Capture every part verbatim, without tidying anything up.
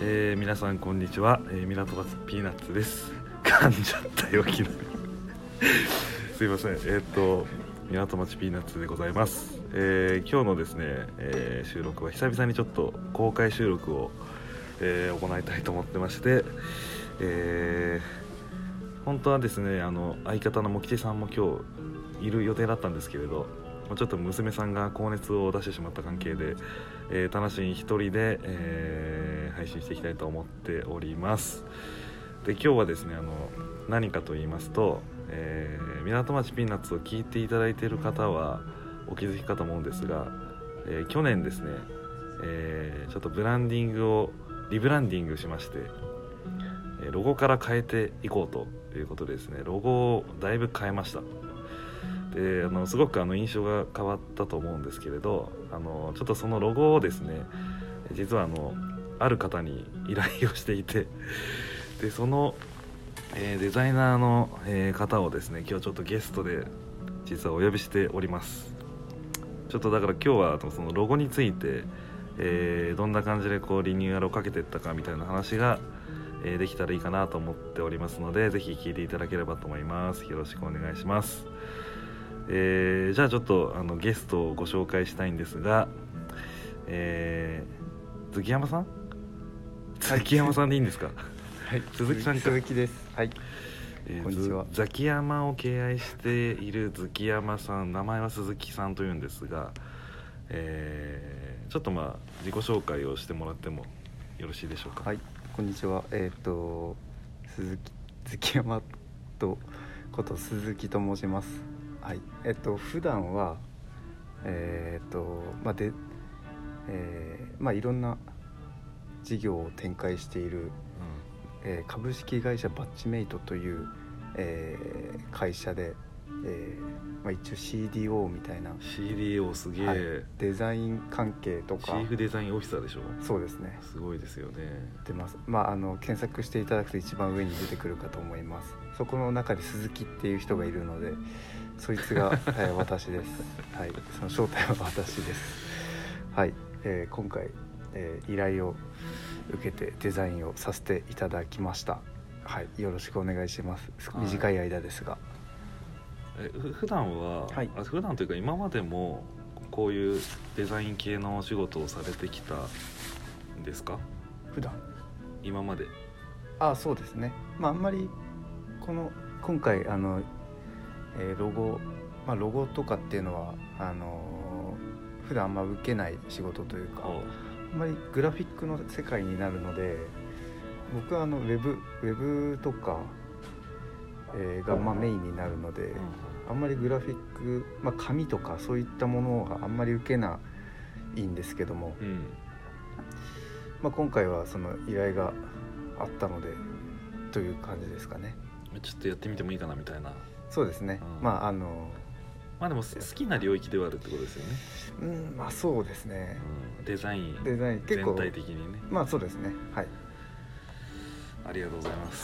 えー、皆さんこんにちは、えー、港町ピーナッツです。噛んじゃったよ、いきなりすいません。えー、っと港町ピーナッツでございます。えー、今日のですね、えー、収録は久々にちょっと公開収録を、えー、行いたいと思ってまして、えー、本当はですね、あの相方の茂吉さんも今日いる予定だったんですけれど、ちょっと娘さんが高熱を出してしまった関係で、えー、楽しみ一人で、えー、配信していきたいと思っております。で、今日はですね、あの何かと言いますと、えー、港町ピーナッツを聞いていただいている方はお気づきかと思うんですが、えー、去年ですね、えー、ちょっとブランディングをリブランディングしまして、えー、ロゴから変えていこうということでですね、ロゴをだいぶ変えました。で、あのすごくあの印象が変わったと思うんですけれど、あのちょっとそのロゴをですね、実はあのある方に依頼をしていて、でその、えー、デザイナーの、えー、方をですね、今日ちょっとゲストで実はお呼びしております。ちょっとだから今日はそのロゴについて、えー、どんな感じでこうリニューアルをかけていったかみたいな話が、えー、できたらいいかなと思っておりますので、ぜひ聞いていただければと思います。よろしくお願いします。えー、じゃあちょっとあのゲストをご紹介したいんですが、えー、月山さん月山さんでいいんですか？ はい、 鈴木さんか。 鈴木です。はい、 えー、 こんにちは。 ザキヤマを敬愛している月山さん、名前は鈴木さんというんですが、えー、ちょっとまあ自己紹介をしてもらってもよろしいでしょうか？ はい、こんにちは。えっ、ー、と鈴木月山とこと鈴木と申します。はい、えっ、ー、と普段はえっ、ー、とまあで、えー、まあいろんな事業を展開している、うんえー、株式会社バッチメイトという、えー、会社で、えーまあ、一応 シーディーオー みたいなシーディーオー すげえ、はい、 デザイン関係とかチーフデザインオフィサーでしょ？ そうですね、 すごいですよね。 出ます。まああの検索していただくと一番上に出てくるかと思います。そこの中で鈴木っていう人がいるので、そいつが、えー、私です。はい、その正体は私です。はい、えー、今回、えー、依頼を受けてデザインをさせていただきました。はい、よろしくお願いします。短い間ですが、 え普段は、はい、あ普段というか今までもこういうデザイン系のお仕事をされてきたんですか？ 普段今まで。 あそうですね。まああんまりこの今回あの、えー、ロゴ、まあ、ロゴとかっていうのはあのー、普段あんま受けない仕事というか、あんまりグラフィックの世界になるので、僕はあのウェブウェブとか、えー、がまあメインになるので、うん、あんまりグラフィック、まあ、紙とかそういったものがあんまり受けないんですけども、うんまあ、今回はその依頼があったのでという感じですかね。 ちょっとやってみてもいいかなみたいな。 そうですね、うん、まああのまあでも好きな領域ではあるってことですよね。 うん、まあそうですね、 うん、デザインデザイン結構全体的にね。 まあそうですね。はい、 ありがとうございます。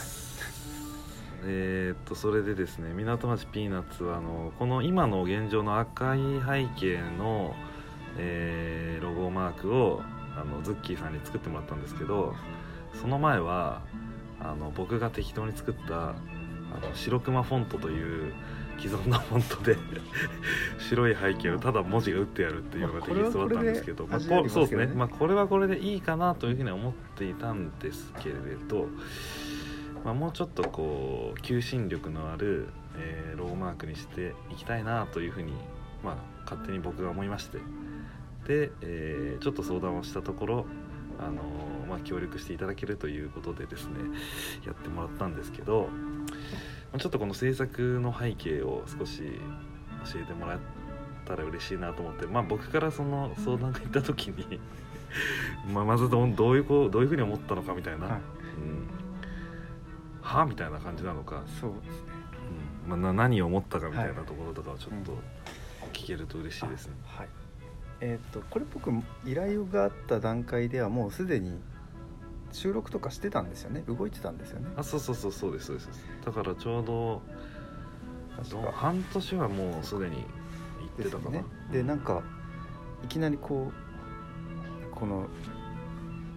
えー、っとそれでですね、港町ピーナッツはあのこの今の現状の赤い背景の、えー、ロゴマークをあのズッキーさんに作ってもらったんですけど、その前はあの僕が適当に作ったあの白熊フォントという既存のフォントで白い背景をただ文字が打ってやるっていうのがテキストだったんですけど、まあ、こそうですね、まあ、これはこれでいいかなというふうには思っていたんですけれど、まあ、もうちょっとこう求心力のある、えー、ロゴマークにしていきたいなというふうに、まあ、勝手に僕が思いまして、で、えー、ちょっと相談をしたところ、あのーまあ、協力していただけるということでですね、やってもらったんですけど、ちょっとこの制作の背景を少し教えてもらったら嬉しいなと思って、まあ、僕からその相談がいった時にまあまずどう、どういうこうどういうふうに思ったのかみたいな、はいうん、はみたいな感じなのか、 そうですね、 うんまあ、な何を思ったかみたいなところとかをちょっと聞けると嬉しいですね。 はい、えー、とこれ僕依頼があった段階ではもうすでに収録とかしてたんですよね。動いてたんですよね。 あ、そうそうそうそうですそうです。だからちょうど半年はもうすでに行ってたかな。 ですね。でなんかいきなりこうこの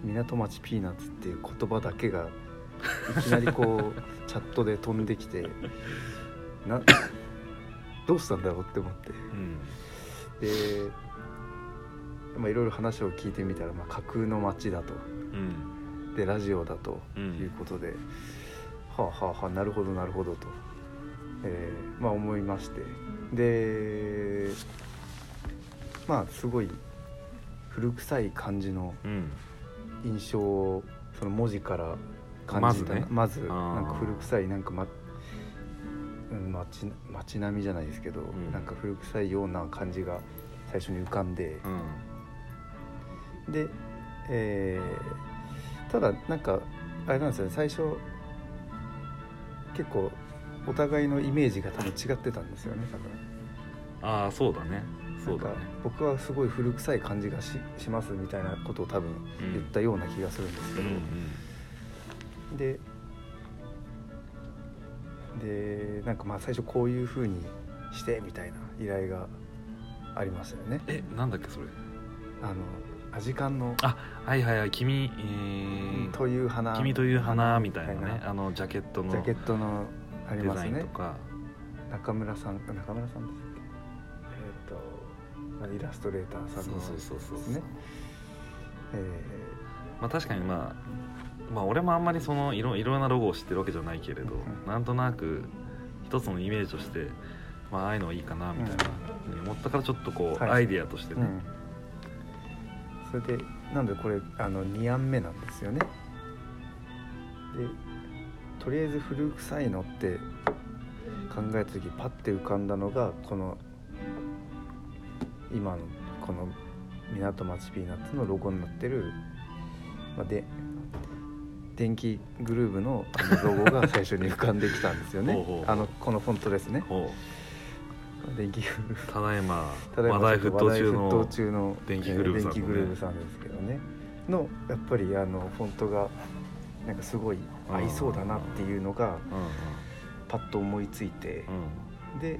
港町ピーナッツっていう言葉だけがいきなりこうチャットで飛んできてなどうしたんだろうって思って、うん、でまあいろいろ話を聞いてみたら、まあ、架空の街だと、うん、でラジオだということで、うん、はあはあはあなるほどなるほどと、えー、まあ思いまして、でまあすごい古臭い感じの印象をその文字から感じた、まずね、まずなんか古臭いなんか、ま、街, 街並みじゃないですけど、うん、なんか古臭いような感じが最初に浮かんで、うん、で、えー、ただなんかあれなんですよね、最初結構お互いのイメージが多分違ってたんですよね。だからああそうだねそうだね、 僕はすごい古臭い感じが し, しますみたいなことを多分言ったような気がするんですけど、うんうん、ででなんかまあ最初こういう風にしてみたいな依頼がありましたよね。 えなんだっけそれ、 あのアジカンのあはいはいはい君、えー、 という花君という花みたいなね、あのジャケットのジャケットのありますね。 デザインとか中村さん中村さんですえっ、ー、とイラストレーターさんのですね。 まあ確かにまあまあ俺もあんまりそのいろいろなロゴを知ってるわけじゃないけれど、うん、なんとなく一つのイメージとしてまあああいうのはいいかなみたいな、うん、思ったからちょっとこう、はい、アイディアとしてね、うん、 それでなんでこれあのに案目なんですよね。でとりあえず古臭いのって考えた時パッて浮かんだのがこの今のこの港町ピーナッツのロゴになってる、まあ、で電気グルーヴ の, あのロゴが最初に浮かんできたんですよね。ほうほうほう、あのこのフォントですね。電気グルーヴただいま話題沸騰中の話題沸騰中の電気グルーヴさん、ね、 電気グルーヴさんですけどねのやっぱりあのフォントがなんかすごい合いそうだなっていうのがパッと思いついて、うん、で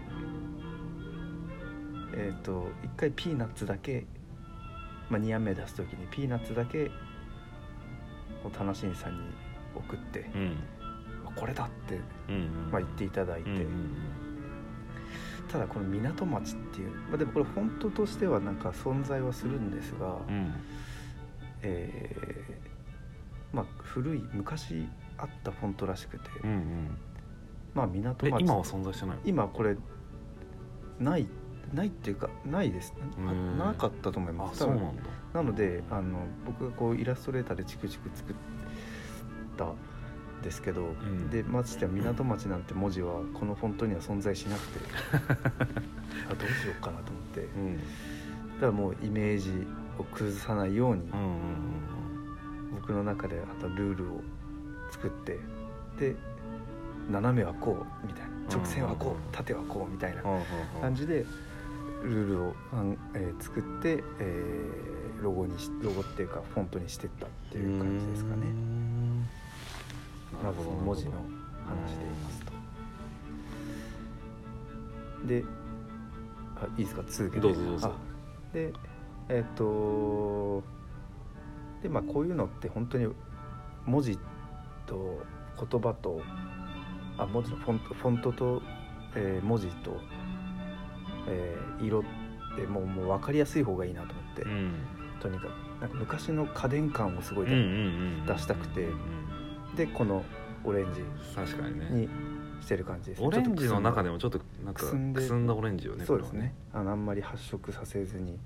えー、といっかいピーナッツだけ、まあ、に案目出す時にピーナッツだけ田無さんに送って、うん、これだって、うんうんまあ、言っていただいて、うんうん、ただこの港町っていう、まあ、でもこれフォントとしてはなんか存在はするんですが、うんえーまあ、古い昔あったフォントらしくて、うんうん、まあ港町今は存在してない？ 今これないないっていうかないです、な, なかったと思います。 あ、そうなんだ。 なのであの僕がこうイラストレーターでチクチク作ったんですけど、うん、でましてや港町なんて文字はこのフォントには存在しなくてあどうしようかなと思って、うん、だからもうイメージを崩さないように、うんうんうん、僕の中であとルールを作ってで斜めはこうみたいな直線はこう、うんうんうん、縦はこうみたいな感じでルールを、えー、作って、えー、ロゴにしロゴっていうかフォントにしてったっていう感じですかね。まず文字の話で言いますと。で、あいいですか続けて。 どうぞどうぞ。 でえっ、ー、とでまあこういうのって本当に文字と言葉とあ文字のフォントフォントと、えー、文字とえー、色ってもう、もう分かりやすい方がいいなと思って、うん、とにかくなんか昔の家電感をすごい出したくて、でこのオレンジにしてる感じです、ね、 オレンジの中でもちょっとなんかくすんだオレンジよね。 そうですね、あのあんまり発色させずに、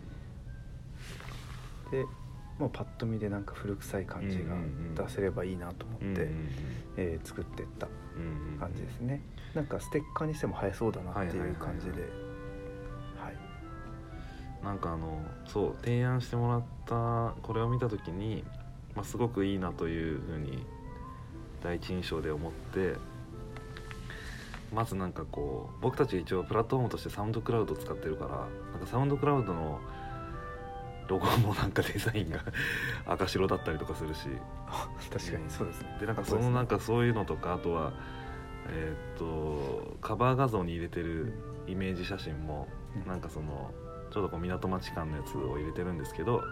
うん、でもうパッと見でなんか古臭い感じが出せればいいなと思って、うんうんうんえー、作っていった感じですね。なんかステッカーにしても映えそうだなっていう感じで、はいはいはいはい、 なんかあのそう提案してもらったこれを見た時に、まあ、すごくいいなというふうに第一印象で思って、まずなんかこう僕たち一応プラットフォームとしてサウンドクラウドを使ってるから、なんかサウンドクラウドのロゴもなんかデザインが赤白だったりとかするし確かにそうですね。 でなんかそのなんかそういうのとか、あとはえー、っとカバー画像に入れてるイメージ写真もなんかそのちょうどこう港町感のやつを入れてるんですけど、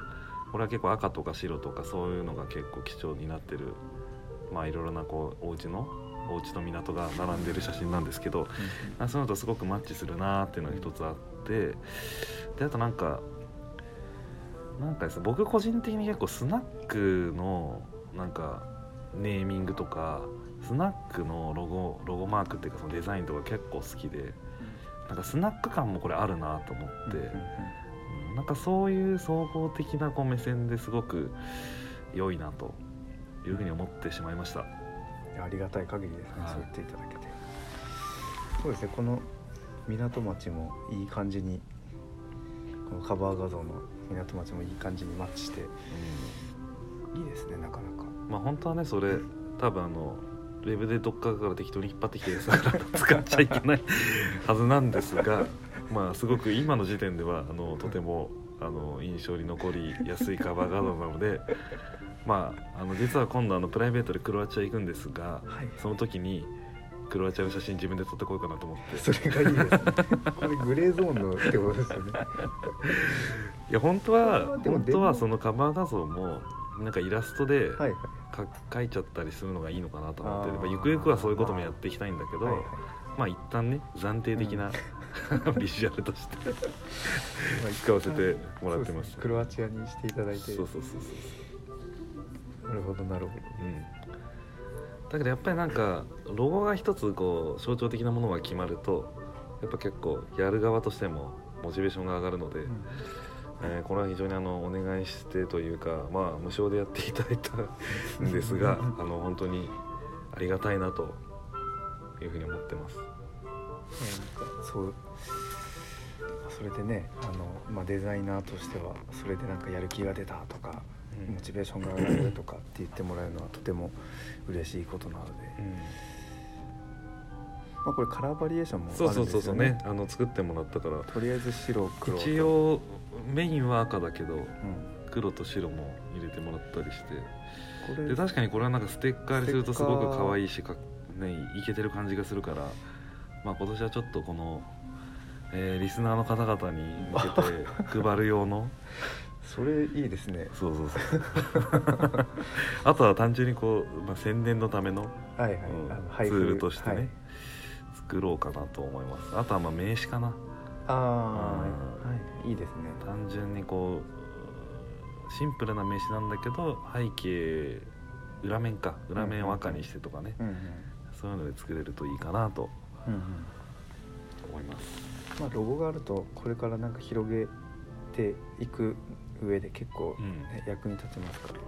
これは結構赤とか白とかそういうのが結構貴重になってる、まあいろいろなこうお家のお家と港が並んでる写真なんですけど、うん、そういうのとすごくマッチするなっていうのが一つあって、であとなんかなんかですね、僕個人的に結構スナックのなんかネーミングとかスナックのロゴロゴマークっていうかそのデザインとか結構好きで、なんかスナック感もこれあるなと思って、うん、なんかそういう総合的なこう目線ですごく良いなというふうに思ってしまいました。 ありがたい限りですね、 はい、 そう言っていただけて。そうですね、この港町もいい感じに、このカバー画像の港町もいい感じにマッチして、うん、いいですね、なかなか。 まあ本当はね、それ多分あのウェブでどっかから適当に引っ張ってきてさ使っちゃいけないはずなんですが、まあすごく今の時点ではあのとてもあの印象に残りやすいカバー画像なのでまあ、あの実は今度あのプライベートでクロアチア行くんですが、はい、その時にクロアチアの写真自分で撮ってこようかなと思って。 それがいいですねこれグレーゾーンのってことですよねいや本当は本当はそのカバー画像もなんかイラストでか、はいはい、描いちゃったりするのがいいのかなと思って、まあ、ゆくゆくはそういうこともやっていきたいんだけど、はいはい、まあ一旦ね暫定的な、うん、ビジュアルとして使わせてもらってます。 クロアチアにしていただいて。 そうそうそうそうなるほどなるほど、 うん、だけどやっぱりなんかロゴが一つこう象徴的なものが決まるとやっぱ結構やる側としてもモチベーションが上がるので、うんえー、これは非常にあのお願いしてというか、まあ、無償でやっていただいたんですがあの本当にありがたいなというふうに思ってます。なんかそうそれでねあの、まあ、デザイナーとしてはそれでなんかやる気が出たとかモチベーションが上がるとかって言ってもらえるのはとても嬉しいことなので、うんまあ、これカラーバリエーションもあるんですよね。 そうそうそうね、あの作ってもらったからとりあえず白黒と一応メインは赤だけど、うん、黒と白も入れてもらったりして、これで確かにこれはなんかステッカーにするとすごく可愛いしか、ね、イケてる感じがするから、まあ、今年はちょっとこの、えー、リスナーの方々に向けて配る用のそれいいですね。 そうそうそうあとは単純にこう、まあ、宣伝のための、 はいはいうん、ツールとしてね、はい、作ろうかなと思います。あとはまあ名刺かな。 ああ、はい、いいですね。 単純にこうシンプルな名刺なんだけど背景裏面か裏面を赤にしてとかね、うんうんうん、そういうので作れるといいかなと思います、 うんうんまあ、ロゴがあるとこれからなんか広げていく上で結構、ねうん、役に立ちますから。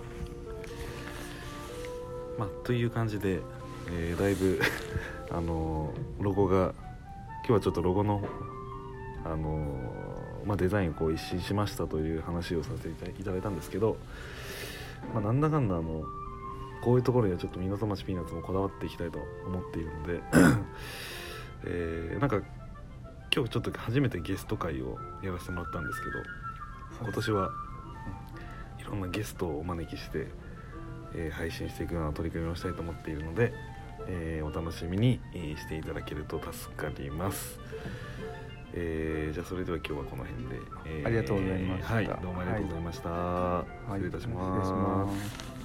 まあという感じで、えー、だいぶあのロゴが今日はちょっとロゴのあのまあ、デザインをこう一新しましたという話をさせていただいたんですけど、まあ、なんだかんだあのこういうところにはちょっと港町ピーナッツもこだわっていきたいと思っているので、えー、なんか今日ちょっと初めてゲスト会をやらせてもらったんですけど、今年はいろんなゲストをお招きして、えー、配信していくような取り組みをしたいと思っているので、えー、お楽しみにしていただけると助かります。えー、じゃあそれでは今日はこの辺で、 えー、ありがとうございました。 はい、どうもありがとうございました。はい、失礼いたします。